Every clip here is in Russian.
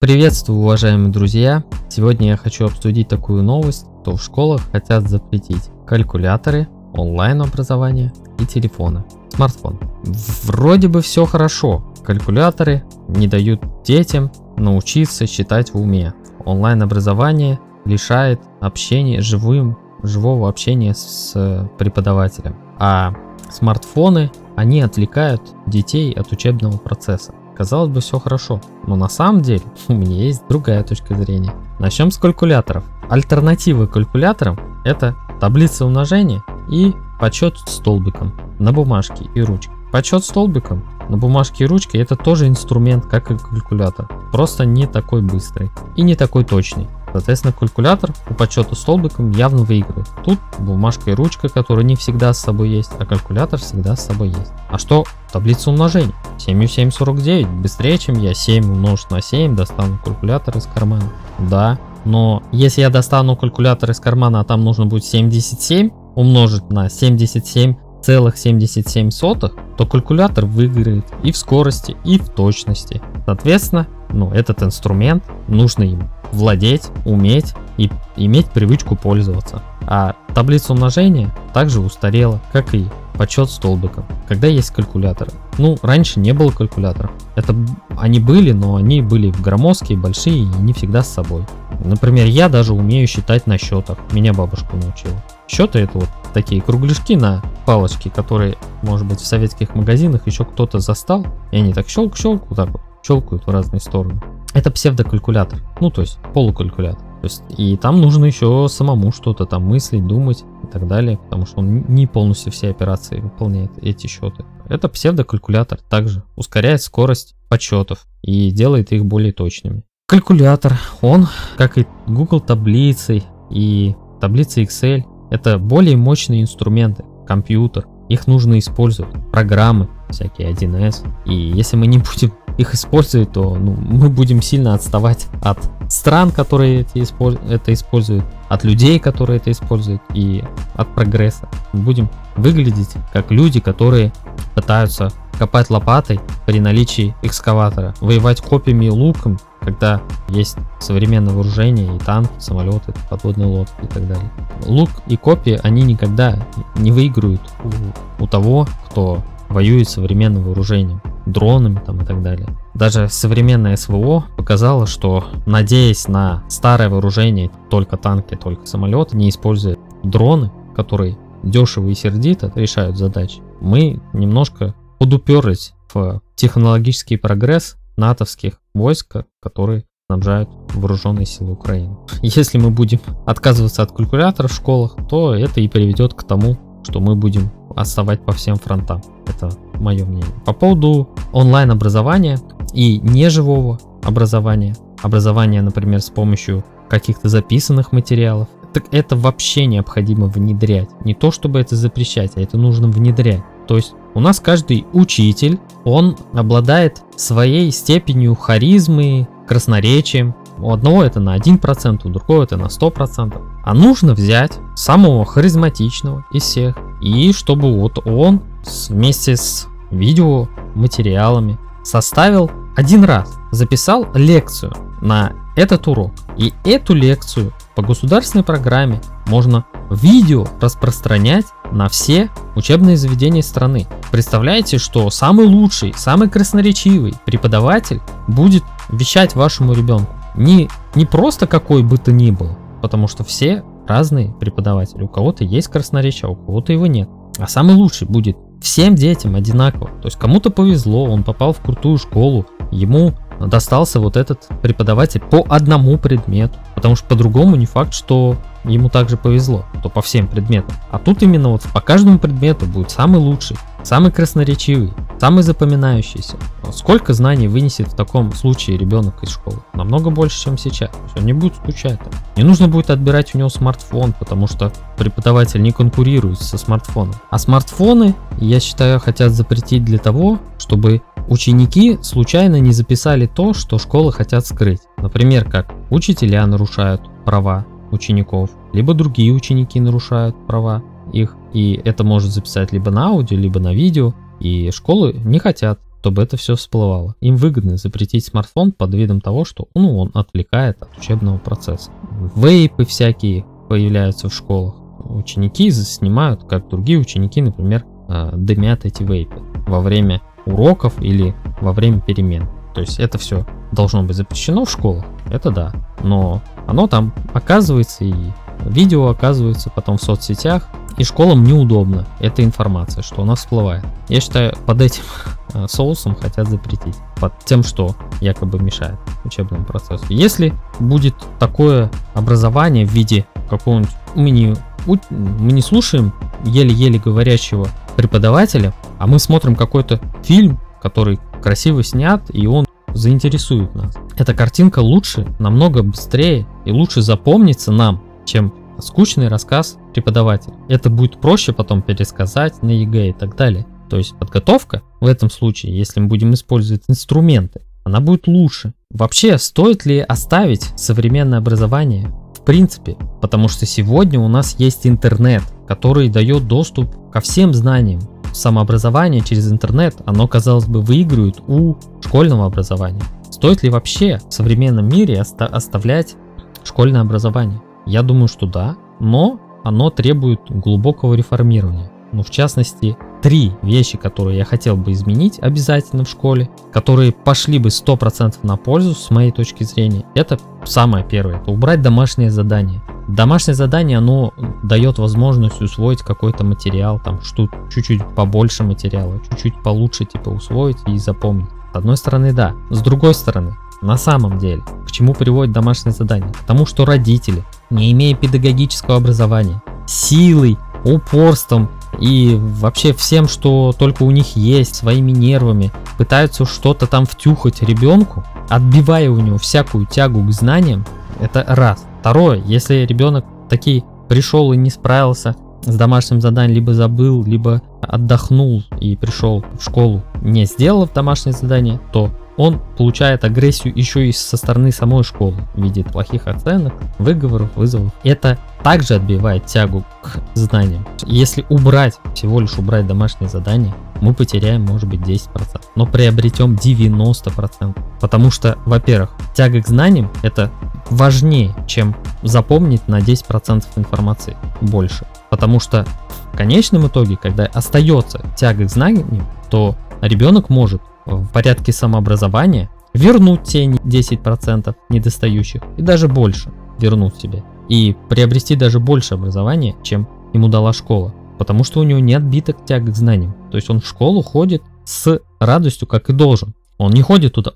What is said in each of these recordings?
Приветствую, уважаемые друзья! Сегодня я хочу обсудить такую новость, что в школах хотят запретить калькуляторы, онлайн-образование и телефоны, смартфон. Вроде бы все хорошо. Калькуляторы не дают детям научиться считать в уме. Онлайн-образование лишает общения, живого общения с преподавателем. А смартфоны, они отвлекают детей от учебного процесса. Казалось бы, все хорошо, но на самом деле у меня есть другая точка зрения. Начнем с калькуляторов. Альтернатива калькуляторам – это таблица умножения и подсчет столбиком на бумажке и ручке. Подсчет столбиком на бумажке и ручке – это тоже инструмент, как и калькулятор, просто не такой быстрый и не такой точный. Соответственно, калькулятор по подсчету столбиком явно выигрывает. Тут бумажка и ручка, которая не всегда с собой есть, а калькулятор всегда с собой есть. А что таблица умножения? 7 и 7 – 49. Быстрее, чем я 7 умножить на 7 достану калькулятор из кармана. Да, но если я достану калькулятор из кармана, а там нужно будет 77 умножить на 77,77, то калькулятор выиграет и в скорости, и в точности. Соответственно, этот инструмент нужно им владеть, уметь и иметь привычку пользоваться. А таблица умножения также устарела, как и подсчет столбиком, когда есть калькуляторы. Раньше не было калькуляторов. Они были, но они были громоздкие, большие и не всегда с собой. Например, я даже умею считать на счетах. Меня бабушка научила. Счеты — это вот такие кругляшки на палочке, которые, может быть, в советских магазинах еще кто-то застал, и они так щелк-щелк, вот так вот щелкают в разные стороны. Это псевдокалькулятор, то есть полукалькулятор. И там нужно еще самому что-то там мыслить, думать и так далее, потому что он не полностью все операции выполняет, эти счеты. Это псевдокалькулятор также ускоряет скорость подсчетов и делает их более точными. Калькулятор, он, как и Google таблицы и таблицы Excel, это более мощные инструменты, компьютер. Их нужно использовать, программы, всякие 1С. И если мы не будем их использовать, то мы будем сильно отставать от стран, которые это используют, от людей, которые это используют, и от прогресса. Мы будем выглядеть как люди, которые пытаются копать лопатой при наличии экскаватора, воевать копьями и луком, когда есть современное вооружение, и танки, самолеты, подводные лодки и так далее. Лук и копья, они никогда не выиграют у того, кто воюет современным вооружением, дронами и так далее. Даже современное СВО показало, что, надеясь на старое вооружение, только танки, только самолеты, не используя дроны, которые дешево и сердито решают задачи, мы немножко подуперлись в технологический прогресс натовских войск, которые снабжают вооруженные силы Украины. Если мы будем отказываться от калькуляторов в школах, то это и приведет к тому, что мы будем отставать по всем фронтам. Это мое мнение. По поводу онлайн-образования и неживого образования, например, с помощью каких-то записанных материалов, так это вообще необходимо внедрять. Не то чтобы это запрещать, а это нужно внедрять. То есть у нас каждый учитель, он обладает своей степенью харизмы, красноречием. У одного это на 1%, у другого это на 100%. А нужно взять самого харизматичного из всех, и чтобы он вместе с видеоматериалами составил один раз, записал лекцию на этот урок. И эту лекцию по государственной программе можно видео распространять на все учебные заведения страны. Представляете, что самый лучший, самый красноречивый преподаватель будет вещать вашему ребенку. Не просто какой бы то ни был, потому что все разные преподаватели. У кого-то есть красноречие, а у кого-то его нет. А самый лучший будет всем детям одинаково. То есть кому-то повезло, он попал в крутую школу, ему достался вот этот преподаватель по одному предмету, потому что по-другому не факт, что ему также повезло, то по всем предметам. А тут именно вот по каждому предмету будет самый лучший, самый красноречивый, самый запоминающийся. Сколько знаний вынесет в таком случае ребенок из школы? Намного больше, чем сейчас. Он не будет скучать. Не нужно будет отбирать у него смартфон, потому что преподаватель не конкурирует со смартфоном. А смартфоны, я считаю, хотят запретить для того, чтобы ученики случайно не записали то, что школы хотят скрыть. Например, как учителя нарушают права учеников, либо другие ученики нарушают права их, и это может записать либо на аудио, либо на видео, и школы не хотят чтобы это все всплывало. Им выгодно запретить смартфон под видом того, что он отвлекает от учебного процесса. Вейпы всякие появляются в школах. Ученики снимают, как другие ученики, например, дымят эти вейпы во время уроков или во время перемен. То есть это все должно быть запрещено в школах, это да. Но оно там оказывается, и видео оказывается потом в соцсетях, и школам неудобно эта информация, что она всплывает. Я считаю, под этим соусом хотят запретить, под тем, что якобы мешает учебному процессу. Если будет такое образование в виде какого-нибудь... Мы не слушаем еле-еле говорящего преподавателя, а мы смотрим какой-то фильм, который красиво снят, и он заинтересует нас. Эта картинка лучше, намного быстрее и лучше запомнится нам, чем скучный рассказ преподавателя. Это будет проще потом пересказать на ЕГЭ и так далее. То есть подготовка в этом случае, если мы будем использовать инструменты, она будет лучше. Вообще, стоит ли оставить современное образование в принципе? Потому что сегодня у нас есть интернет, который дает доступ ко всем знаниям. Самообразование через интернет, оно, казалось бы, выигрывает у школьного образования. Стоит ли вообще в современном мире оставлять школьное образование? Я думаю, что да, но оно требует глубокого реформирования. В частности, 3 вещи, которые я хотел бы изменить обязательно в школе, которые пошли бы 100% на пользу, с моей точки зрения. Это самое первое, это убрать домашнее задание. Домашнее задание, оно дает возможность усвоить какой-то материал, там чуть-чуть побольше материала, чуть-чуть получше усвоить и запомнить. С одной стороны, да. С другой стороны, на самом деле, к чему приводит домашнее задание? К тому, что родители, не имея педагогического образования, силой, упорством и вообще всем, что только у них есть, своими нервами, пытаются что-то там втюхать ребенку, отбивая у него всякую тягу к знаниям. Это раз. Второе, если ребенок таки пришел и не справился с домашним заданием, либо забыл, либо отдохнул и пришел в школу, не сделав домашнее задание, то он получает агрессию еще и со стороны самой школы в виде плохих оценок, выговоров, вызовов. Это также отбивает тягу к знаниям. Если всего лишь убрать домашнее задание, мы потеряем, может быть, 10%, но приобретем 90%. Потому что, во-первых, тяга к знаниям — это важнее, чем запомнить на 10% информации больше. Потому что в конечном итоге, когда остается тяга к знаниям, то ребенок может в порядке самообразования вернуть те 10% недостающих и даже больше вернуть себе. И приобрести даже больше образования, чем ему дала школа. Потому что у него не отбиток тяга к знаниям. То есть он в школу ходит с радостью, как и должен. Он не ходит туда: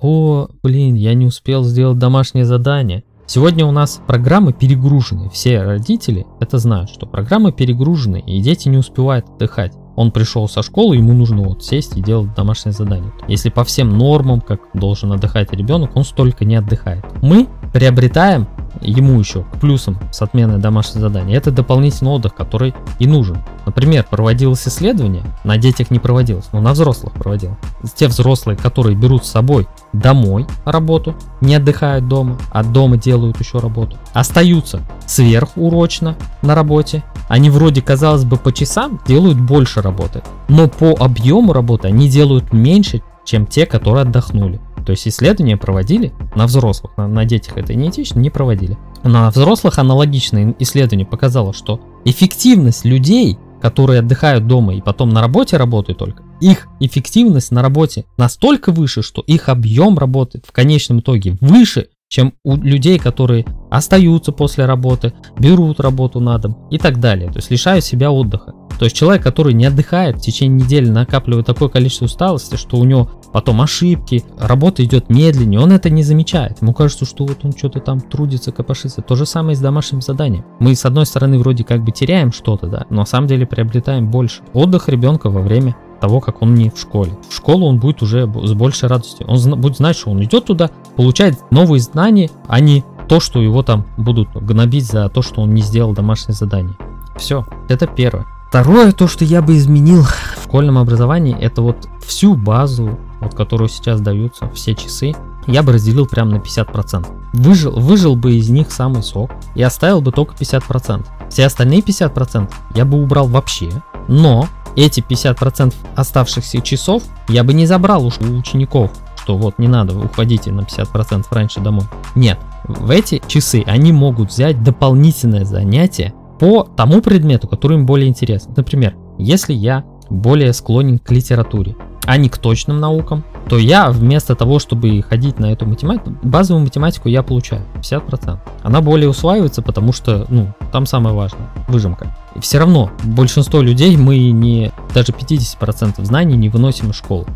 я не успел сделать домашнее задание. Сегодня у нас программы перегружены. Все родители это знают, что программы перегружены, и дети не успевают отдыхать. Он пришел со школы, ему нужно сесть и делать домашнее задание. Если по всем нормам, как должен отдыхать ребенок, он столько не отдыхает. Мы приобретаем ему еще к плюсам с отменой домашнего задания. Это дополнительный отдых, который и нужен. Например, проводилось исследование, на детях не проводилось, но на взрослых проводилось. Те взрослые, которые берут с собой домой работу, не отдыхают дома, а дома делают еще работу, остаются сверхурочно на работе. Они вроде, казалось бы, по часам делают больше работы, но по объему работы они делают меньше, чем те, которые отдохнули. То есть исследования проводили на взрослых, на детях это не этично, не проводили. На взрослых аналогичное исследование показало, что эффективность людей, которые отдыхают дома и потом на работе работают только, их эффективность на работе настолько выше, что их объем работы в конечном итоге выше, чем у людей, которые остаются после работы, берут работу на дом и так далее. То есть лишают себя отдыха. То есть человек, который не отдыхает, в течение недели накапливает такое количество усталости, что у него потом ошибки, работа идет медленнее, он это не замечает. Ему кажется, что он что-то там трудится, копошится. То же самое и с домашним заданием. Мы, с одной стороны, вроде как бы теряем что-то, да, но на самом деле приобретаем больше. Отдых ребенка во время того, как он не в школе. В школу он будет уже с большей радостью. Он будет знать, что он идет туда, получает новые знания, а не то, что его там будут гнобить за то, что он не сделал домашнее задание. Все, это первое. Второе, то, что я бы изменил в школьном образовании, это всю базу, которую сейчас даются, все часы, я бы разделил прямо на 50%. Выжил бы из них самый сок и оставил бы только 50%. Все остальные 50% я бы убрал вообще, но эти 50% оставшихся часов я бы не забрал уж у учеников, что вот не надо, уходите на 50% раньше домой. Нет, в эти часы они могут взять дополнительное занятие по тому предмету, который им более интересен. Например, если я более склонен к литературе, а не к точным наукам, то я вместо того, чтобы ходить на эту математику, базовую математику я получаю 50%. Она более усваивается, потому что, там самое важное, выжимка. И все равно большинство людей мы даже 50% знаний не выносим из школы.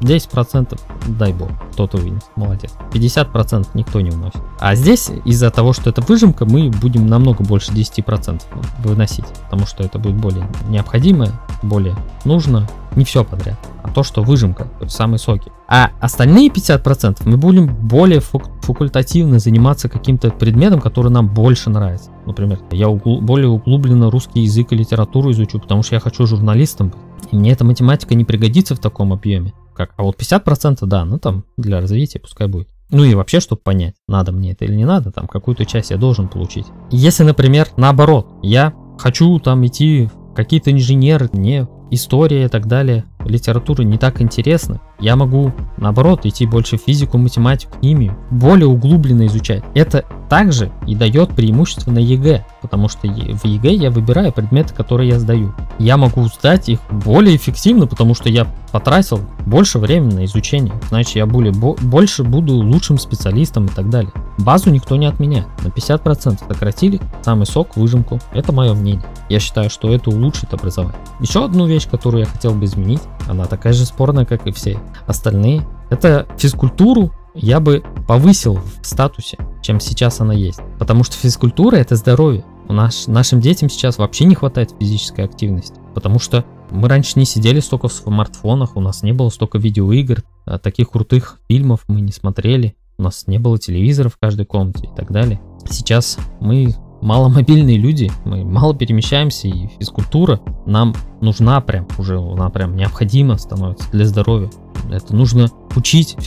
10%, дай бог, кто-то вынес, молодец. 50% никто не выносит. А здесь из-за того, что это выжимка, мы будем намного больше 10% выносить, потому что это будет более необходимое, более нужно, не все подряд, а то, что выжимка, то есть самые соки. А остальные 50% мы будем более факультативно заниматься каким-то предметом, который нам больше нравится. Например, я более углубленно русский язык и литературу изучу, потому что я хочу журналистом быть. И мне эта математика не пригодится в таком объеме. А вот 50% да, там для развития пускай будет. И вообще, чтобы понять, надо мне это или не надо, там какую-то часть я должен получить. Если, например, наоборот, я хочу там идти в какие-то инженеры, мне история и так далее, литература не так интересна, я могу, наоборот, идти больше в физику, математику, химию, более углубленно изучать. Это также и дает преимущество на ЕГЭ, потому что в ЕГЭ я выбираю предметы, которые я сдаю. Я могу сдать их более эффективно, потому что я потратил больше времени на изучение, значит я больше буду лучшим специалистом и так далее. Базу никто не отменяет, на 50% сократили самый сок, выжимку, это мое мнение. Я считаю, что это улучшит образование. Еще одну вещь, которую я хотел бы изменить, она такая же спорная, как и все остальные, это физкультуру я бы повысил в статусе, чем сейчас она есть. Потому что физкультура — это здоровье. Нашим детям сейчас вообще не хватает физической активности. Потому что мы раньше не сидели столько в смартфонах, у нас не было столько видеоигр, таких крутых фильмов мы не смотрели, у нас не было телевизора в каждой комнате и так далее. Сейчас мы маломобильные люди, мы мало перемещаемся, и физкультура нам нужна она прям необходима становится для здоровья. Это нужно учить.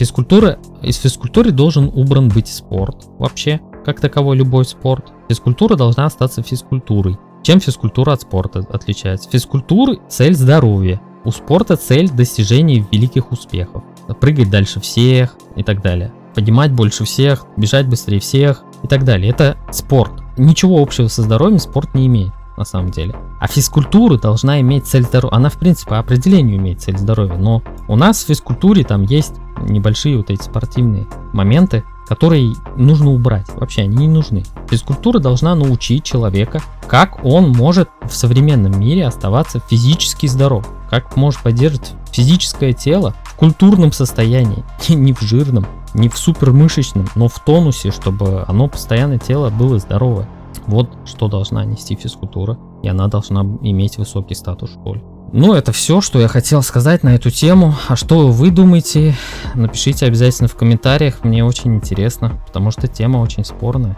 Из физкультуры должен убран быть спорт. Вообще, как таковой любой спорт. Физкультура должна остаться физкультурой. Чем физкультура от спорта отличается? Физкультура — цель здоровья. У спорта цель достижения великих успехов. Прыгать дальше всех и так далее. Поднимать больше всех, бежать быстрее всех и так далее. Это спорт. Ничего общего со здоровьем спорт не имеет, на самом деле. А физкультура должна иметь цель здоровья. Она, в принципе, по определению имеет цель здоровья. Но у нас в физкультуре там есть небольшие вот эти спортивные моменты, которые нужно убрать. Вообще они не нужны. Физкультура должна научить человека, как он может в современном мире оставаться физически здоров. Как может поддерживать физическое тело в культурном состоянии, не в жирном, не в супермышечном, но в тонусе, чтобы оно постоянно тело было здоровое. Вот что должна нести физкультура, и она должна иметь высокий статус в школе. Это все, что я хотел сказать на эту тему. А что вы думаете? Напишите обязательно в комментариях, мне очень интересно, потому что тема очень спорная.